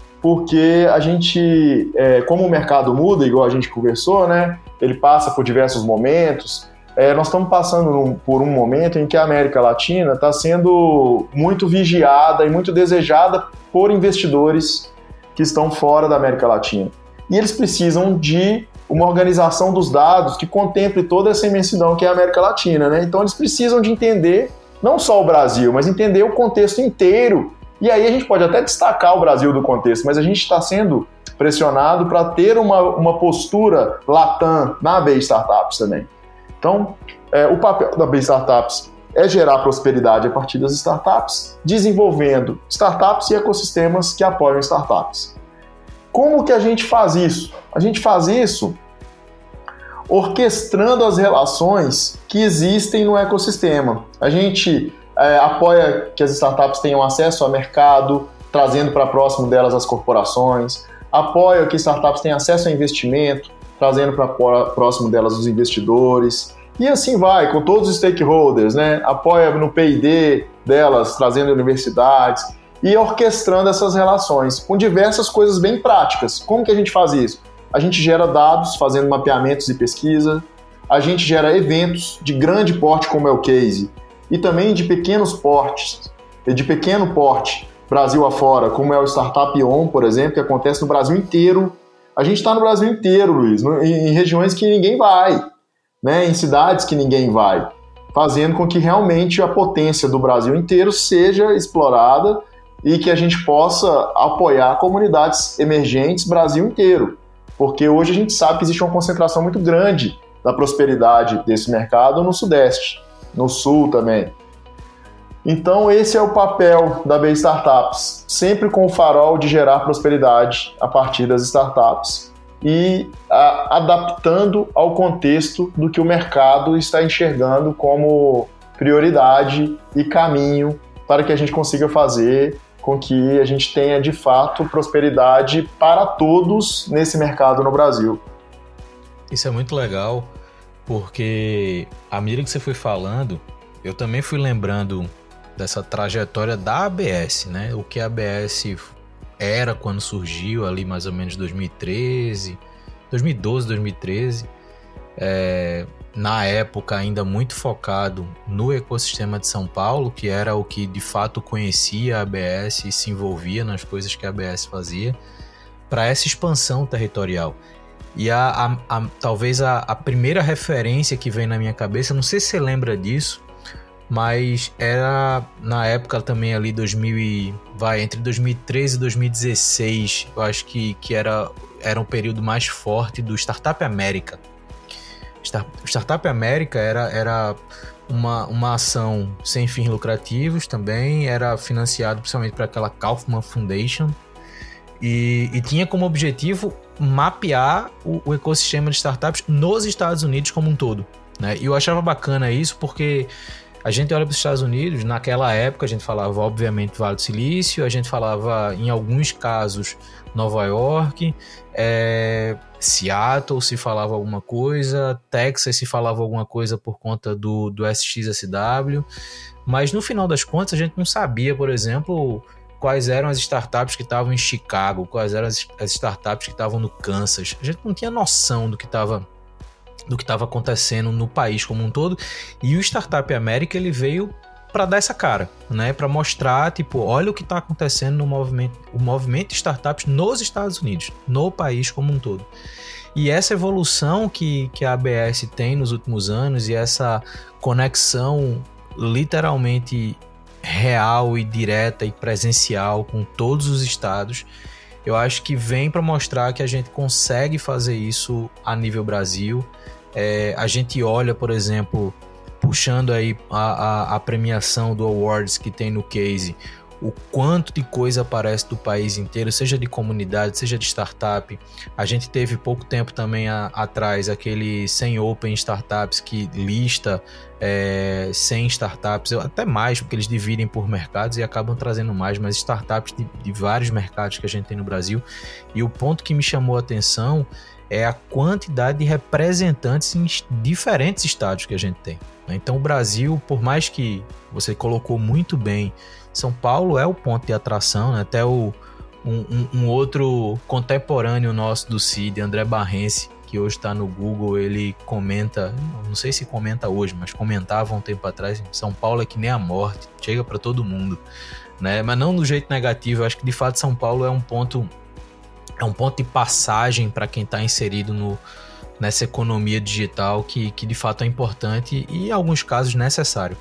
Porque a gente, é, como o mercado muda, igual a gente conversou, né, ele passa por diversos momentos, é, nós estamos passando num, por um momento em que a América Latina está sendo muito vigiada e muito desejada por investidores que estão fora da América Latina. E eles precisam de uma organização dos dados que contemple toda essa imensidão que é a América Latina, né? Então eles precisam de entender não só o Brasil, mas entender o contexto inteiro. E aí a gente pode até destacar o Brasil do contexto, mas a gente está sendo pressionado para ter uma, uma postura latam na A B Startups também. Então, é, o papel da A B Startups é gerar prosperidade a partir das startups, desenvolvendo startups e ecossistemas que apoiam startups. Como que a gente faz isso? A gente faz isso orquestrando as relações que existem no ecossistema. A gente é, apoia que as startups tenham acesso ao mercado, trazendo para próximo delas as corporações, apoia que startups tenham acesso a investimento, trazendo para próximo delas os investidores, e assim vai, com todos os stakeholders, né? Apoia no P e D delas, trazendo universidades, e orquestrando essas relações com diversas coisas bem práticas. Como que a gente faz isso? A gente gera dados fazendo mapeamentos e pesquisa, a gente gera eventos de grande porte como é o Case e também de pequenos portes, de pequeno porte, Brasil afora, como é o Startup On, por exemplo, que acontece no Brasil inteiro. A gente está no Brasil inteiro, Luiz, em regiões que ninguém vai, né? Em cidades que ninguém vai, fazendo com que realmente a potência do Brasil inteiro seja explorada e que a gente possa apoiar comunidades emergentes Brasil inteiro, porque hoje a gente sabe que existe uma concentração muito grande da prosperidade desse mercado no Sudeste, no Sul também. Então esse é o papel da B Startups, sempre com o farol de gerar prosperidade a partir das startups e a, adaptando ao contexto do que o mercado está enxergando como prioridade e caminho para que a gente consiga fazer com que a gente tenha de fato prosperidade para todos nesse mercado no Brasil. Isso é muito legal, porque à medida que você foi falando, eu também fui lembrando dessa trajetória da A B S, né? O que a A B S era quando surgiu ali mais ou menos dois mil e treze, dois mil e doze, dois mil e treze, é, na época ainda muito focado no ecossistema de São Paulo, que era o que de fato conhecia a A B S e se envolvia nas coisas que a A B S fazia, para essa expansão territorial. E a, a, a, talvez a, a primeira referência que vem na minha cabeça, não sei se você lembra disso, mas era na época também ali dois mil e, vai, entre dois mil e treze e dois mil e dezesseis, eu acho que, que era, era um período mais forte do Startup América. O Startup América era, era uma, uma ação sem fins lucrativos também, era financiado principalmente por aquela Kaufman Foundation e, e tinha como objetivo mapear o, o ecossistema de startups nos Estados Unidos como um todo, né? E eu achava bacana isso porque a gente olha para os Estados Unidos, naquela época a gente falava obviamente Vale do Silício, a gente falava em alguns casos Nova York, é, Seattle se falava alguma coisa, Texas se falava alguma coisa por conta do, do S X S W, mas no final das contas a gente não sabia, por exemplo, quais eram as startups que estavam em Chicago, quais eram as, as startups que estavam no Kansas, a gente não tinha noção do que estava do que estava acontecendo no país como um todo, e o Startup América ele veio para dar essa cara, né? Para mostrar, tipo, olha o que está acontecendo no movimento, o movimento de startups nos Estados Unidos, no país como um todo. E essa evolução que, que a A B S tem nos últimos anos e essa conexão literalmente real e direta e presencial com todos os estados, eu acho que vem para mostrar que a gente consegue fazer isso a nível Brasil. É, a gente olha, por exemplo, puxando aí a, a, a premiação do Awards que tem no Case, o quanto de coisa aparece do país inteiro, seja de comunidade, seja de startup. A gente teve pouco tempo também a, atrás aquele cem Open Startups que lista é, cem startups, até mais, porque eles dividem por mercados e acabam trazendo mais, mas startups de, de vários mercados que a gente tem no Brasil. E o ponto que me chamou a atenção é a quantidade de representantes em diferentes estados que a gente tem. Então o Brasil, por mais que você colocou muito bem, São Paulo é o ponto de atração, né? Até o, um, um, um outro contemporâneo nosso do C I D, André Barrense, que hoje está no Google, ele comenta, não sei se comenta hoje, mas comentava um tempo atrás, São Paulo é que nem a morte, chega para todo mundo, né? Mas não do jeito negativo, eu acho que de fato São Paulo é um ponto, é um ponto de passagem para quem está inserido no, nessa economia digital que, que de fato é importante e em alguns casos necessário.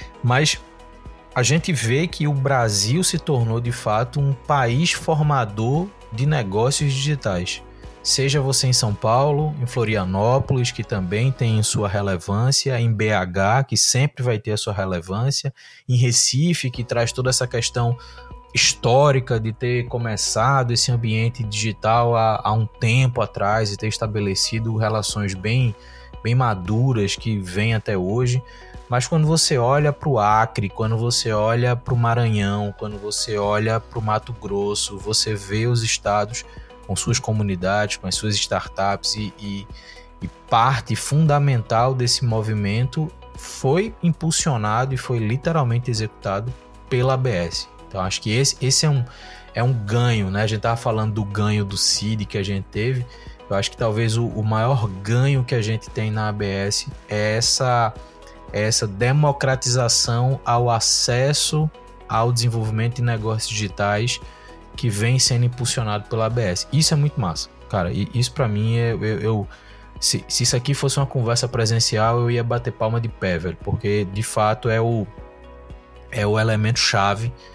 Mas a gente vê que o Brasil se tornou de fato um país formador de negócios digitais. Seja você em São Paulo, em Florianópolis, que também tem sua relevância, em B H, que sempre vai ter a sua relevância, em Recife, que traz toda essa questão histórica de ter começado esse ambiente digital há, há um tempo atrás e ter estabelecido relações bem, bem maduras que vêm até hoje. Mas quando você olha para o Acre, quando você olha para o Maranhão, quando você olha para o Mato Grosso, você vê os estados com suas comunidades, com as suas startups e, e, e parte fundamental desse movimento foi impulsionado e foi literalmente executado pela A B S. Então acho que esse, esse é, um, é um ganho, né? A gente estava falando do ganho do C I D que a gente teve. Eu acho que talvez o, o maior ganho que a gente tem na A B S é essa, essa democratização ao acesso ao desenvolvimento de negócios digitais que vem sendo impulsionado pela A B S. Isso é muito massa, cara. E isso para mim, é, eu, eu, se, se isso aqui fosse uma conversa presencial, eu ia bater palma de pé, velho, porque de fato é o, é o elemento chave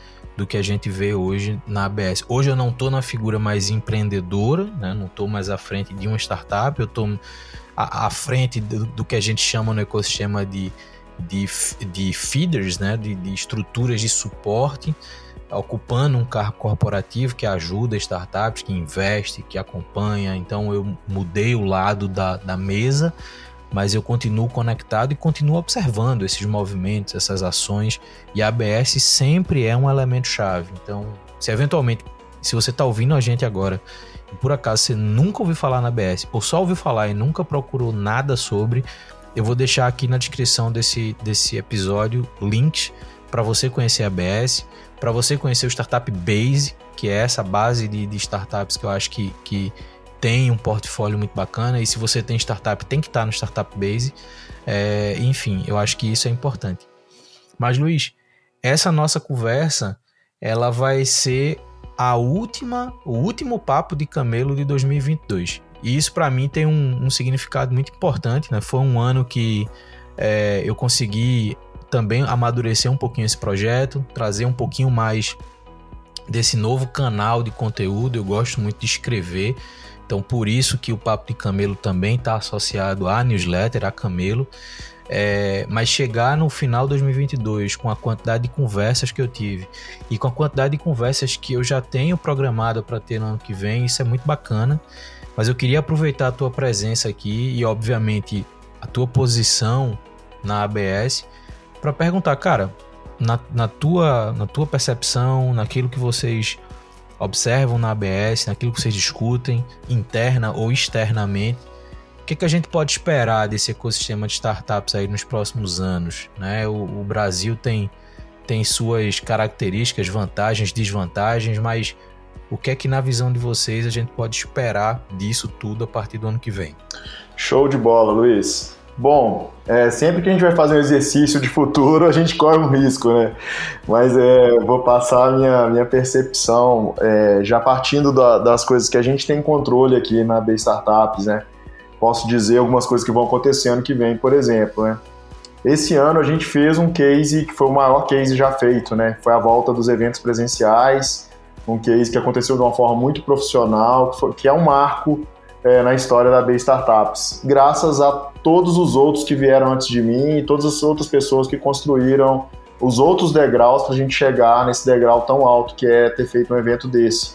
do que a gente vê hoje na A B S. Hoje eu não estou na figura mais empreendedora, né? Não estou mais à frente de uma startup, eu estou à, à frente do, do que a gente chama no ecossistema de, de, de feeders, né? de, de estruturas de suporte, ocupando um cargo corporativo que ajuda startups, que investe, que acompanha. Então eu mudei o lado da, da mesa, mas eu continuo conectado e continuo observando esses movimentos, essas ações, e a A B S sempre é um elemento chave. Então, se eventualmente, se você está ouvindo a gente agora e por acaso você nunca ouviu falar na A B S, ou só ouviu falar e nunca procurou nada sobre, eu vou deixar aqui na descrição desse, desse episódio links para você conhecer a A B S, para você conhecer o Startup Base, que é essa base de, de startups que eu acho que, que tem um portfólio muito bacana, e se você tem startup, tem que estar no Startup Base. É, enfim, eu acho que isso é importante. Mas, Luiz, essa nossa conversa, ela vai ser a última, o último papo de camelo de dois mil e vinte e dois. E isso, para mim, tem um, um significado muito importante, né? Foi um ano que é, eu consegui também amadurecer um pouquinho esse projeto, trazer um pouquinho mais desse novo canal de conteúdo. Eu gosto muito de escrever, então por isso que o Papo de Camelo também está associado à newsletter, a Camelo. É, mas chegar no final de dois mil e vinte e dois com a quantidade de conversas que eu tive e com a quantidade de conversas que eu já tenho programado para ter no ano que vem, isso é muito bacana. Mas eu queria aproveitar a tua presença aqui e, obviamente, a tua posição na A B S para perguntar, cara, na, na, tua, na tua percepção, naquilo que vocês observam na A B S, naquilo que vocês discutem, interna ou externamente, o que, que a gente pode esperar desse ecossistema de startups aí nos próximos anos, né? O, o Brasil tem, tem suas características, vantagens, desvantagens, mas o que é que, na visão de vocês, a gente pode esperar disso tudo a partir do ano que vem? Show de bola, Luiz. Bom, é, sempre que a gente vai fazer um exercício de futuro, a gente corre um risco, né? Mas é, vou passar a minha, minha percepção, é, já partindo da, das coisas que a gente tem controle aqui na B Startups, né? Posso dizer algumas coisas que vão acontecer ano que vem, por exemplo, né? Esse ano a gente fez um case que foi o maior case já feito, né? Foi a volta dos eventos presenciais, um case que aconteceu de uma forma muito profissional, que, foi, que é um marco é, na história da B Startups, graças a todos os outros que vieram antes de mim e todas as outras pessoas que construíram os outros degraus para a gente chegar nesse degrau tão alto que é ter feito um evento desse.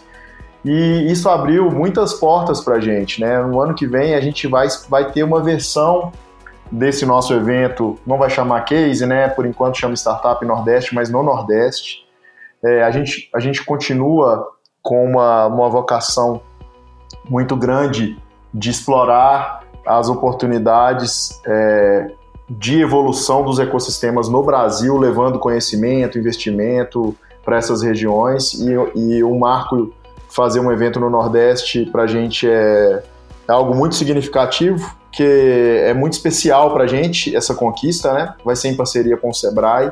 E isso abriu muitas portas para a gente, né? No ano que vem a gente vai, vai ter uma versão desse nosso evento, não vai chamar case, né? Por enquanto chama Startup Nordeste, mas no Nordeste. É, a, gente, a gente continua com uma, uma vocação muito grande de explorar as oportunidades é, de evolução dos ecossistemas no Brasil, levando conhecimento, investimento para essas regiões, e, e o marco fazer um evento no Nordeste para a gente é, é algo muito significativo, que é muito especial para a gente, essa conquista, né? Vai ser em parceria com o Sebrae.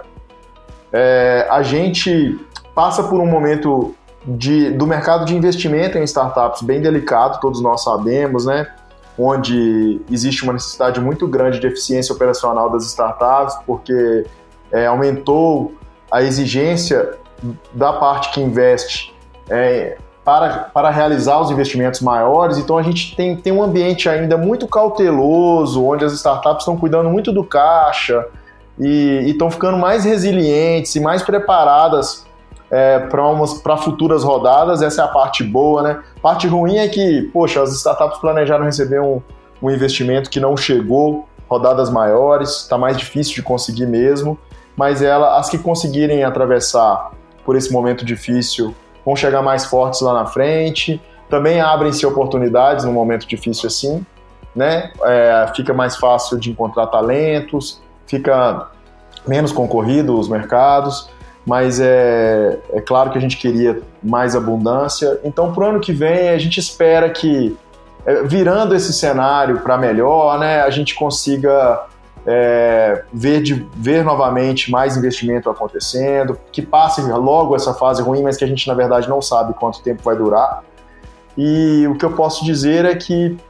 É, a gente passa por um momento de, do mercado de investimento em startups bem delicado, todos nós sabemos, né? Onde existe uma necessidade muito grande de eficiência operacional das startups, porque é, aumentou a exigência da parte que investe é, para, para realizar os investimentos maiores. Então a gente tem, tem um ambiente ainda muito cauteloso, onde as startups estão cuidando muito do caixa e estão ficando mais resilientes e mais preparadas É, para futuras rodadas. Essa é a parte boa, né? A parte ruim é que, poxa, as startups planejaram receber um, um investimento que não chegou, rodadas maiores, está mais difícil de conseguir mesmo, mas ela, as que conseguirem atravessar por esse momento difícil vão chegar mais fortes lá na frente. Também abrem-se oportunidades num momento difícil assim, né? É, fica mais fácil de encontrar talentos, fica menos concorrido os mercados. Mas é, é claro que a gente queria mais abundância. Então, para o ano que vem, a gente espera que, é, virando esse cenário para melhor, né, a gente consiga é, ver, de, ver novamente mais investimento acontecendo, que passe logo essa fase ruim, mas que a gente, na verdade, não sabe quanto tempo vai durar. E o que eu posso dizer é que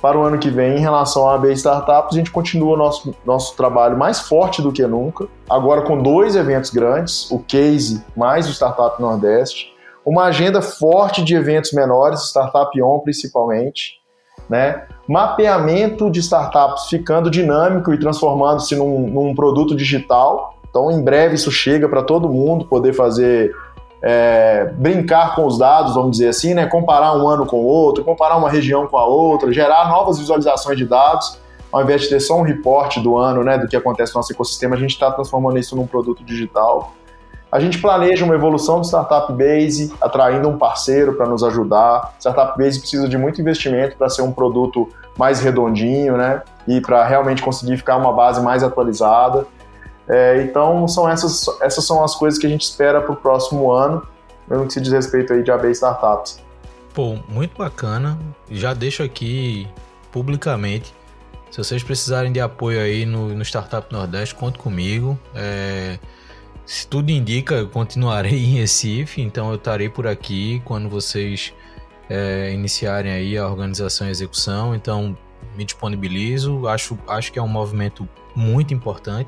para o ano que vem, em relação à A B Startups, a gente continua o nosso, nosso trabalho mais forte do que nunca, agora com dois eventos grandes, o Case mais o Startup Nordeste, uma agenda forte de eventos menores, Startup On principalmente, né? Mapeamento de startups ficando dinâmico e transformando-se num, num produto digital. Então, em breve isso chega para todo mundo poder fazer, é, brincar com os dados, vamos dizer assim, né? Comparar um ano com o outro, comparar uma região com a outra, gerar novas visualizações de dados, ao invés de ter só um reporte do ano, né, do que acontece no nosso ecossistema, a gente está transformando isso num produto digital. A gente planeja uma evolução do Startup Base, atraindo um parceiro para nos ajudar. Startup Base precisa de muito investimento para ser um produto mais redondinho, né? E para realmente conseguir ficar uma base mais atualizada. É, então, são essas, essas são as coisas que a gente espera para o próximo ano, no que se diz respeito aí de A B Startups. Pô, muito bacana. Já deixo aqui publicamente, se vocês precisarem de apoio aí no, no Startup Nordeste, conte comigo. É... Se tudo indica, eu continuarei em Recife, então eu estarei por aqui quando vocês é, iniciarem aí a organização e execução, então me disponibilizo, acho, acho que é um movimento muito importante.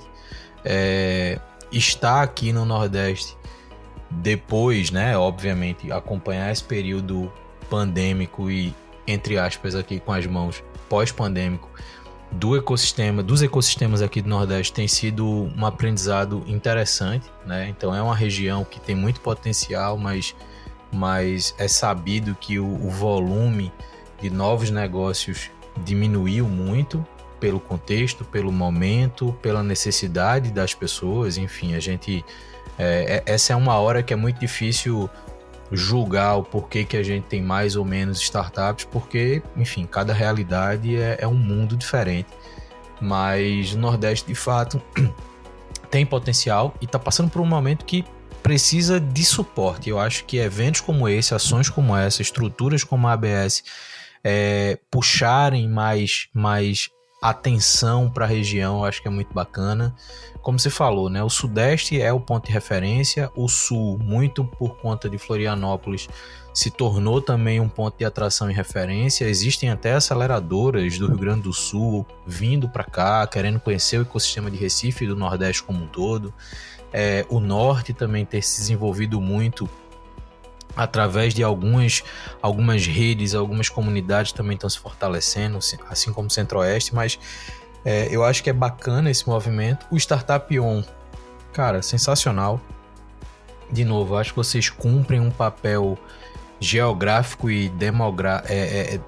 É, estar aqui no Nordeste depois, né, obviamente, acompanhar esse período pandêmico e, entre aspas, aqui com as mãos, pós-pandêmico, do ecossistema, dos ecossistemas aqui do Nordeste tem sido um aprendizado interessante, né? Então é uma região que tem muito potencial, mas, mas é sabido que o, o volume de novos negócios diminuiu muito pelo contexto, pelo momento, pela necessidade das pessoas, enfim, a gente... É, essa é uma hora que é muito difícil julgar o porquê que a gente tem mais ou menos startups, porque, enfim, cada realidade é, é um mundo diferente. Mas o Nordeste, de fato, tem potencial e está passando por um momento que precisa de suporte. Eu acho que eventos como esse, ações como essa, estruturas como a A B S, é, puxarem mais, mais atenção para a região, eu acho que é muito bacana. Como você falou, né? O Sudeste é o ponto de referência, o Sul, muito por conta de Florianópolis, se tornou também um ponto de atração e referência. Existem até aceleradoras do Rio Grande do Sul vindo para cá, querendo conhecer o ecossistema de Recife e do Nordeste como um todo. É, o Norte também tem se desenvolvido muito através de algumas, algumas redes, algumas comunidades também estão se fortalecendo, assim como o Centro-Oeste, mas é, eu acho que é bacana esse movimento. O Startup On, cara, sensacional. De novo, acho que vocês cumprem um papel geográfico e, demogra- é, é,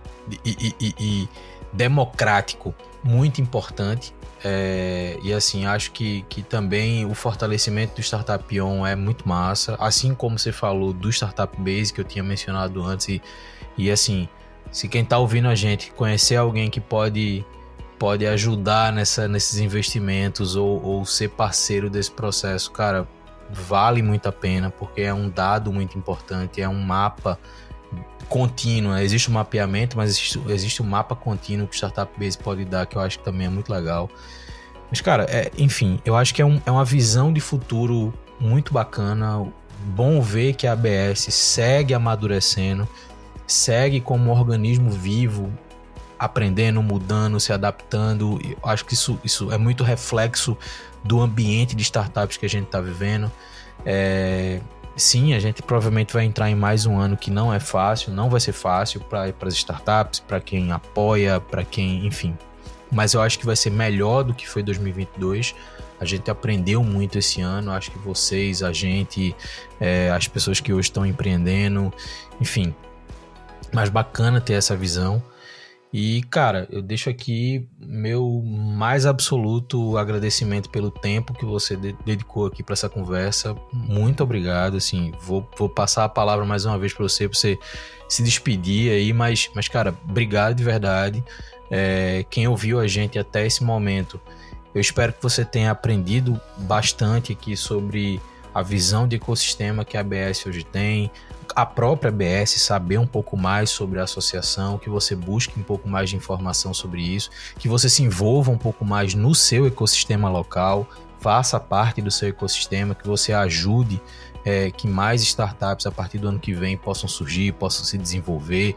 e, e, e democrático muito importante. É, e assim, acho que, que também o fortalecimento do Startup On é muito massa, assim como você falou do Startup Base, que eu tinha mencionado antes, e, e assim, se quem tá ouvindo a gente conhecer alguém que pode, pode ajudar nessa, nesses investimentos ou, ou ser parceiro desse processo, cara, vale muito a pena, porque é um dado muito importante, é um mapa contínuo, existe um mapeamento, mas existe, existe um mapa contínuo que o Startup Base pode dar, que eu acho que também é muito legal. Mas, cara, é, enfim, eu acho que é, um, é uma visão de futuro muito bacana. Bom ver que a A B S segue amadurecendo, segue como um organismo vivo, aprendendo, mudando, se adaptando. Eu acho que isso, isso é muito reflexo do ambiente de startups que a gente está vivendo. É... Sim, a gente provavelmente vai entrar em mais um ano que não é fácil, não vai ser fácil para as startups, para quem apoia, para quem, enfim. Mas eu acho que vai ser melhor do que foi dois mil e vinte e dois. A gente aprendeu muito esse ano, acho que vocês, a gente, é, as pessoas que hoje estão empreendendo, enfim. Mas bacana ter essa visão. E, cara, eu deixo aqui meu mais absoluto agradecimento pelo tempo que você dedicou aqui para essa conversa. Muito obrigado, assim, vou, vou passar a palavra mais uma vez para você, para você se despedir aí, mas, mas cara, obrigado de verdade. É, quem ouviu a gente até esse momento, eu espero que você tenha aprendido bastante aqui sobre a visão de ecossistema que a A B S hoje tem, a própria A B S, saber um pouco mais sobre a associação, que você busque um pouco mais de informação sobre isso, que você se envolva um pouco mais no seu ecossistema local, faça parte do seu ecossistema, que você ajude é, que mais startups a partir do ano que vem possam surgir, possam se desenvolver,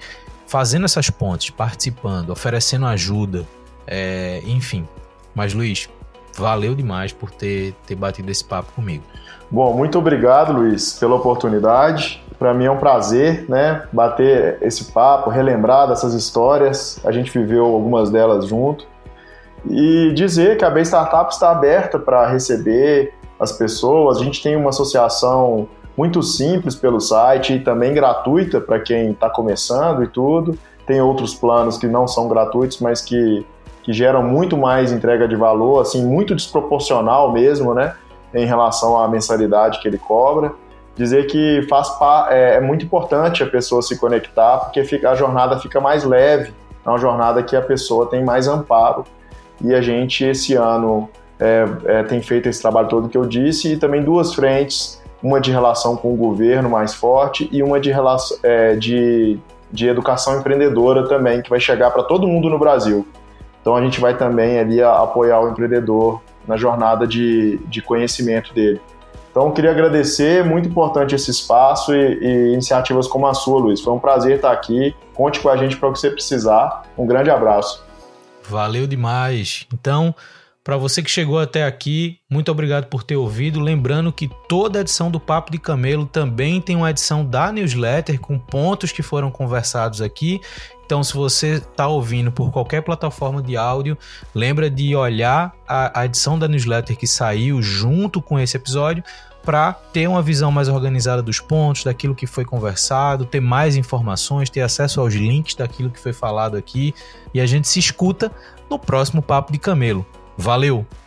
fazendo essas pontes, participando, oferecendo ajuda, é, enfim. Mas, Luiz, valeu demais por ter, ter batido esse papo comigo. Bom, muito obrigado, Luiz, pela oportunidade. Para mim é um prazer, né, bater esse papo, relembrar dessas histórias. A gente viveu algumas delas junto. E dizer que a B Startup está aberta para receber as pessoas. A gente tem uma associação muito simples pelo site e também gratuita para quem está começando e tudo. Tem outros planos que não são gratuitos, mas que, que geram muito mais entrega de valor, assim, muito desproporcional mesmo, né, em relação à mensalidade que ele cobra. Dizer que faz, é, é muito importante a pessoa se conectar, porque fica, a jornada fica mais leve, é uma jornada que a pessoa tem mais amparo. E a gente, esse ano, é, é, tem feito esse trabalho todo que eu disse, e também duas frentes, uma de relação com o governo mais forte e uma de, relação, é, de, de educação empreendedora também, que vai chegar para todo mundo no Brasil. Então a gente vai também ali a, apoiar o empreendedor na jornada de, de conhecimento dele. Então, queria agradecer, muito importante esse espaço e, e iniciativas como a sua, Luiz. Foi um prazer estar aqui. Conte com a gente para o que você precisar. Um grande abraço. Valeu demais. Então, para você que chegou até aqui, muito obrigado por ter ouvido. Lembrando que toda edição do Papo de Camelo também tem uma edição da newsletter com pontos que foram conversados aqui. Então, se você está ouvindo por qualquer plataforma de áudio, lembra de olhar a, a edição da newsletter que saiu junto com esse episódio para ter uma visão mais organizada dos pontos, daquilo que foi conversado, ter mais informações, ter acesso aos links daquilo que foi falado aqui. E a gente se escuta no próximo Papo de Camelo. Valeu!